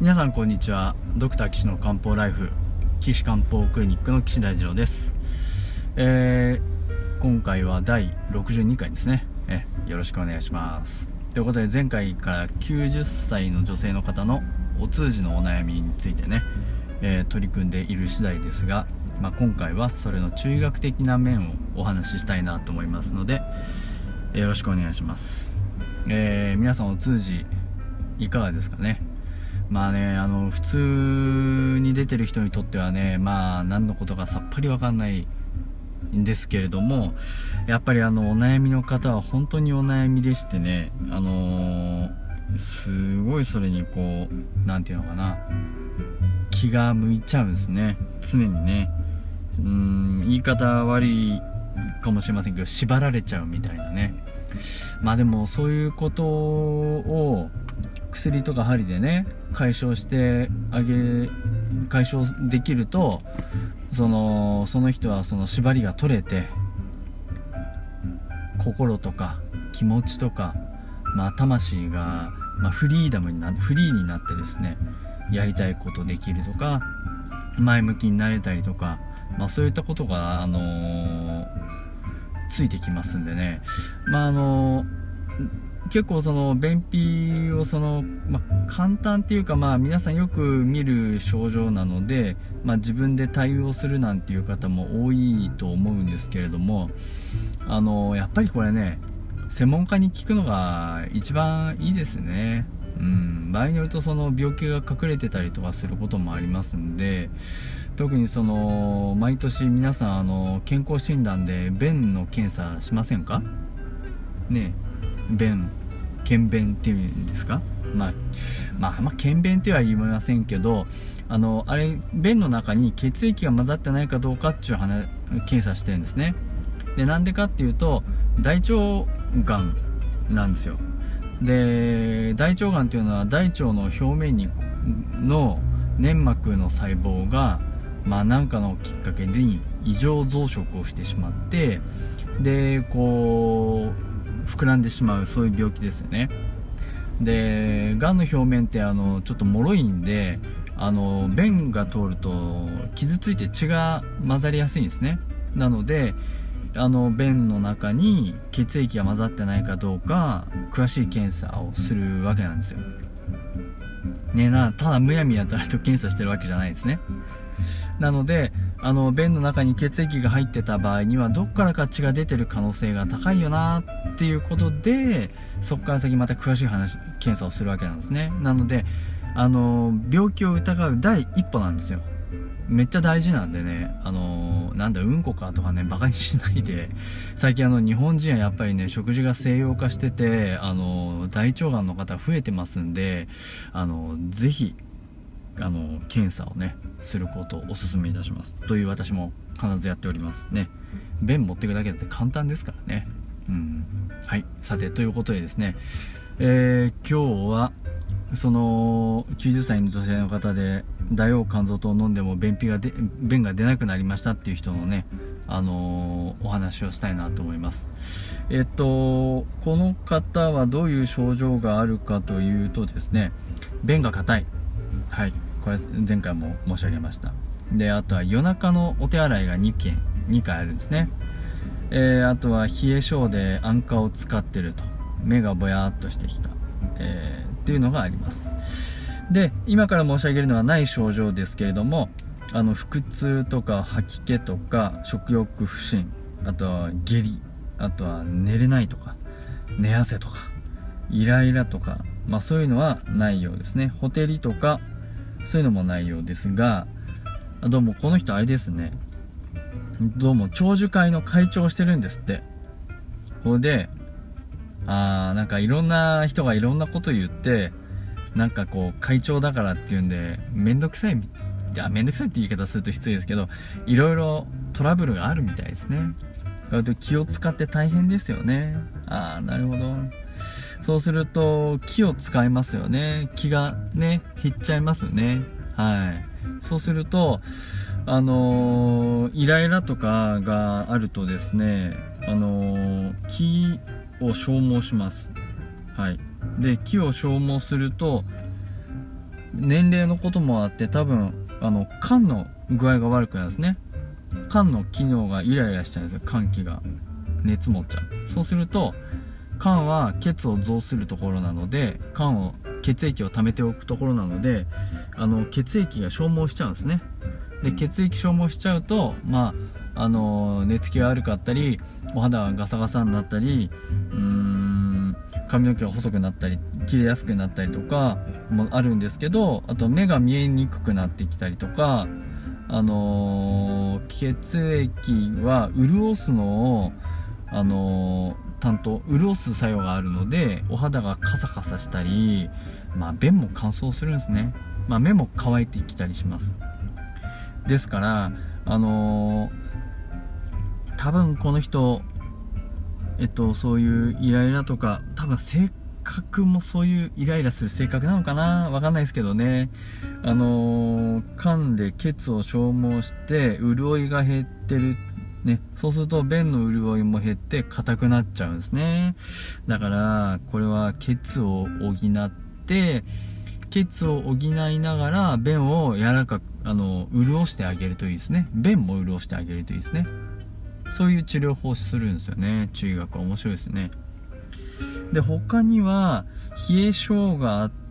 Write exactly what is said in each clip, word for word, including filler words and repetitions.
皆さんこんにちは。ドクター岸の漢方ライフ岸漢方クリニックの岸大二郎です。えー、今回はだいろくじゅうにかいですね。えよろしくお願いします。ということで、前回からきゅうじゅっさいの女性の方のお通じのお悩みについてね、えー、取り組んでいる次第ですが、まあ、今回はそれの中医学的な面をお話ししたいなと思いますので、よろしくお願いします。えー、皆さんお通じいかがですかね。まあね、あの普通に出てる人にとってはね、まあ何のことかさっぱりわかんないんですけれども、やっぱりあのお悩みの方は本当にお悩みでしてね、あのー、すごいそれにこうなんていうのかな、気が向いちゃうんですね、常にね。うーん言い方悪いかもしれませんけど、縛られちゃうみたいなね。まあでもそういうことを薬とか針でね解消してあげ解消できると、そのその人はその縛りが取れて、心とか気持ちとか、まあ、魂が、まあ、フリーダムになフリーになってですね、やりたいことできるとか、前向きになれたりとか、まあ、そういったことが、あのー、ついてきますんでね。まああのー結構その便秘をその、まあ、簡単っていうか、まあ皆さんよく見る症状なので、まあ、自分で対応するなんていう方も多いと思うんですけれども、あのやっぱりこれね、専門家に聞くのが一番いいですね。うん、場合によるとその病気が隠れてたりとかすることもありますんで、特にその毎年皆さんあの健康診断で便の検査しませんかね。便検便っていうんですか、まあ、まあ、まあ、検便っては言いませんけど、あのあれ便の中に血液が混ざってないかどうかっていう話検査してるんですね。でなんでかっていうと、大腸がんなんですよ。で大腸がんっていうのは大腸の表面にの粘膜の細胞が、まあ、何かのきっかけに異常増殖をしてしまって、でこう膨らんでしまう、そういう病気ですよね。でがんの表面ってあのちょっと脆いんで、あの便が通ると傷ついて血が混ざりやすいんですね。なのであの便の中に血液が混ざってないかどうか詳しい検査をするわけなんですよね。なただむやみやたらと検査してるわけじゃないですね。なのであの便の中に血液が入ってた場合には、どっからか血が出てる可能性が高いよなっていうことで、そこから先また詳しい話検査をするわけなんですね。なのであの病気を疑う第一歩なんですよ。めっちゃ大事なんでね、あのなんだうんこかとかねバカにしないで。最近あの日本人はやっぱりね食事が西洋化してて、あの大腸がんの方増えてますんで、あのぜひあの検査をねすることをお勧めいたしますという、私も必ずやっておりますね。便持っていくだけだって簡単ですからね。うん、はい。さてということでですね、えー、今日はそのきゅうじゅっさいの女性の方で大王肝臓糖を飲んでも便秘がで便が出なくなりましたっていう人のね、あのー、お話をしたいなと思います。えっとこの方はどういう症状があるかというとですね、便が硬い、はい、これ前回も申し上げました。であとは夜中のお手洗いがにけんにかいあるんですね。えー、あとは冷え性で安価を使ってると、目がぼやっとしてきた、えー、っていうのがあります。で今から申し上げるのはない症状ですけれども、あの腹痛とか吐き気とか食欲不振、あとは下痢、あとは寝れないとか寝汗とかイライラとか、まあそういうのはないようですね。ほてりとかそういうのもないようですが、どうもこの人あれですね、どうも長寿会の会長をしてるんですって。ほいであーなんかいろんな人がいろんなこと言って、なんかこう会長だからっていうんでめんどくさい、いやめんどくさいって言い方すると失礼ですけど、いろいろトラブルがあるみたいですね。気を使って大変ですよね。ああなるほど。そうすると気を使いますよね。気がね減っちゃいますよね。はい。そうするとあのー、イライラとかがあるとですね、あのー、気を消耗します。はい。で気を消耗すると年齢のこともあって、多分あの肝の具合が悪くなるんですね。肝の機能がイライラしちゃうんですよ。肝気が熱持っちゃう。そうすると肝は血を増するところなので、肝を血液を溜めておくところなので、あの血液が消耗しちゃうんですね。で血液消耗しちゃうと、まああの寝つきが悪かったり、お肌がガサガサになったり、うーん髪の毛が細くなったり切れやすくなったりとかもあるんですけど、あと目が見えにくくなってきたりとか、あのー、血液は潤すのを、あのー、担当潤す作用があるので、お肌がカサカサしたり、まあ、便も乾燥するんですね。まあ、目も乾いてきたりします。ですからあのー、多分この人えっとそういうイライラとか、多分性格もそういうイライラする性格なのかな、わかんないですけどね。あのー、噛んで血を消耗して潤いが減ってるね。そうすると便の潤いも減って硬くなっちゃうんですね。だからこれは血を補って血を補いながら便を柔らかくあの潤してあげるといいですね。便も潤してあげるといいですね。そういう治療法をするんですよね。中医学は面白いですね。で他には冷え性があって、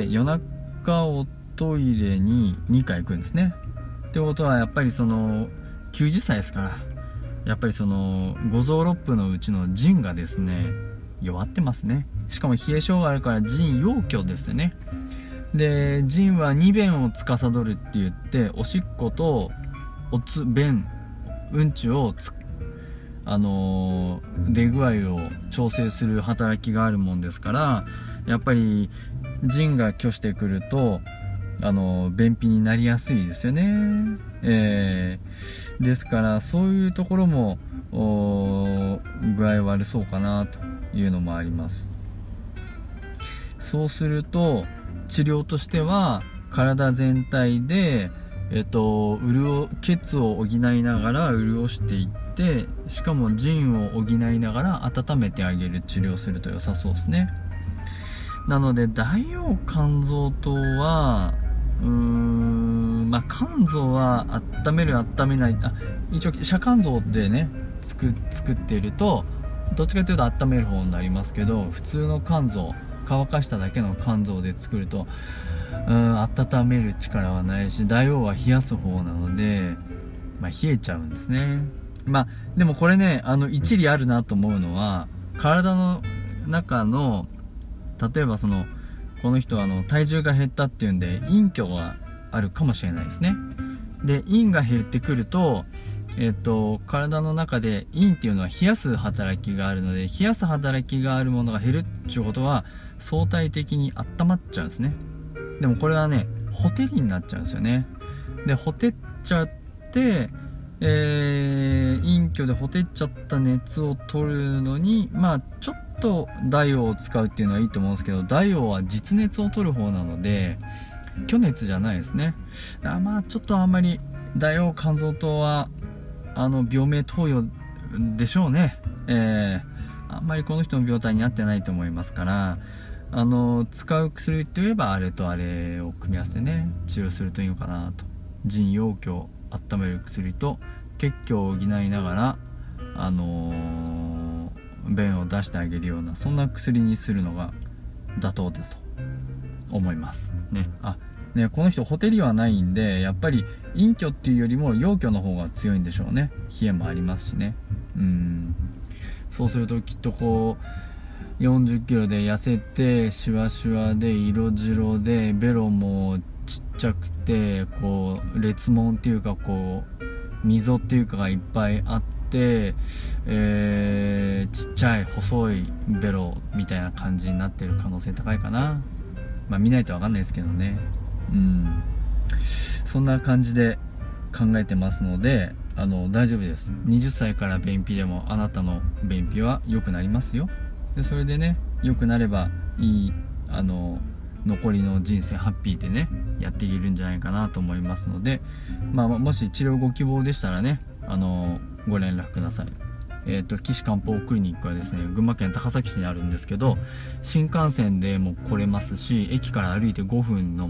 夜中おトイレににかい行くんですね。ってことはやっぱりそのきゅうじゅっさいですから、やっぱりその五臓六腑のうちの腎がですね弱ってますね。しかも冷え性があるから腎陽虚ですよね。で腎は二便を司るって言って、おしっことおつ便うんちをつあのー、出具合を調整する働きがあるもんですから、やっぱり腎が虚してくると、あのー、便秘になりやすいですよね。えー、ですからそういうところも具合悪そうかなというのもあります。そうすると治療としては体全体でえっと、潤血を補いながら潤していって、しかも腎を補いながら温めてあげる治療をすると良さそうですね。なので大王肝臓糖はうーんまあ肝臓は温める温めない、あ一応遮肝臓でね作作っているとどっちかというと温める方になりますけど、普通の肝臓乾かしただけの肝臓で作るとうん温める力はないし、大王は冷やす方なので、まあ、冷えちゃうんですね。まあでもこれね、あの一理あるなと思うのは、体の中の例えばそのこの人はあの体重が減ったっていうんで陰虚があるかもしれないですね。で陰が減ってくるとえっと体の中で陰っていうのは冷やす働きがあるので、冷やす働きがあるものが減るっていうことは相対的に温まっちゃうんですね。でもこれはねほてりになっちゃうんですよね。でほてっちゃって、えー、陰虚でほてっちゃった熱を取るのに、まあちょっと大王を使うっていうのはいいと思うんですけど、大王は実熱を取る方なので虚熱じゃないですね。だからまあちょっとあんまり大王肝臓糖はあの病名投与でしょうね。えー、あんまりこの人の病態に合ってないと思いますから、あの使う薬といえばあれとあれを組み合わせてね治療するといいのかなと。腎陽虚を温める薬と血虚を補いながらあのー、便を出してあげるような、そんな薬にするのが妥当ですと思いますね。あね、この人ほてりはないんで、やっぱり陰虚っていうよりも陽虚の方が強いんでしょうね。冷えもありますしね。うんそうするときっとこうよんじゅっキロで痩せてシワシワで色白でベロもちっちゃくてこう裂紋っていうかこう溝っていうかがいっぱいあって、えー、ちっちゃい細いベロみたいな感じになってる可能性高いかな。まあ見ないと分かんないですけどね。うんそんな感じで考えてますので、あの大丈夫です。はたちから便秘でもあなたの便秘は良くなりますよ。でそれでね良くなればいいあの残りの人生ハッピーでねやっていけるんじゃないかなと思いますので、まあ、もし治療ご希望でしたらねあのご連絡ください。えーと、岸漢方クリニックはですね群馬県高崎市にあるんですけど、新幹線でも来れますし、駅から歩いてごふんの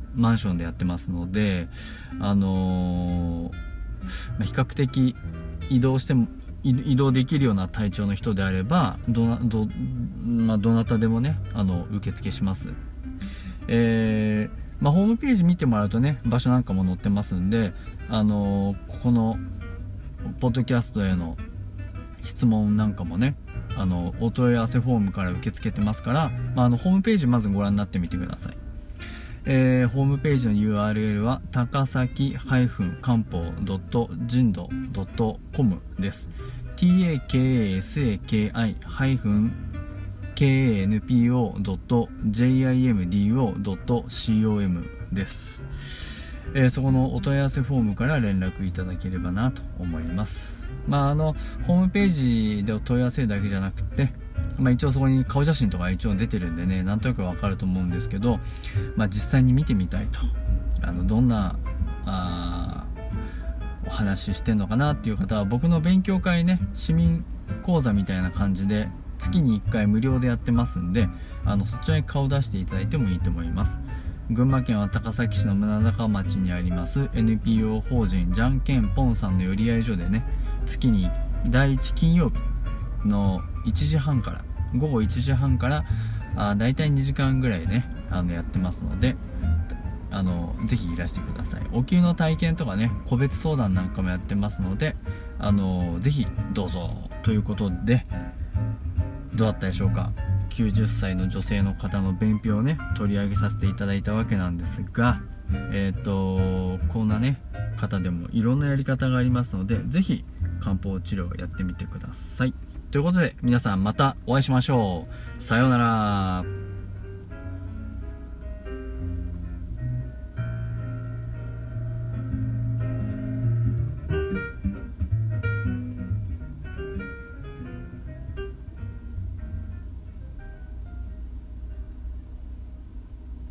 マンションでやってますので、あのーまあ、比較的移動しても移動できるような体調の人であればどなど、まあ、どなたでもねあの受付します。えーまあ、ホームページ見てもらうとね場所なんかも載ってますんで、あのー、このポッドキャストへの質問なんかもねあのお問い合わせフォームから受け付けてますから、まあ、あのホームページまずご覧になってみてください。えー、ホームページの ユーアールエル は高崎漢方人道 .com です。 タカサキ kanpo.jimdo.com です。えー、そこのお問い合わせフォームから連絡いただければなと思います。まああのホームページでお問い合わせるだけじゃなくて、まあ、一応そこに顔写真とか一応出てるんでねなんとなくわかると思うんですけど、まあ、実際に見てみたいと、あのどんなあお話ししてんのかなっていう方は僕の勉強会ね市民講座みたいな感じで月にいっかい無料でやってますんで、あのそちらに顔出していただいてもいいと思います。群馬県は高崎市の宗像町にあります エヌピーオー 法人じゃんけんぽんさんの寄り合い所でね月にだいいち金曜日のいちじはんからごごいちじはんからあだいたいにじかんぐらいねあのやってますので、あのぜひいらしてください。お灸の体験とかね個別相談なんかもやってますので、あのぜひどうぞということで、どうだったでしょうか。きゅうじゅっさいの女性の方の便秘をね取り上げさせていただいたわけなんですが、えっとこんなね方でもいろんなやり方がありますので、ぜひ漢方治療をやってみてください。ということで皆さんまたお会いしましょう。さようなら。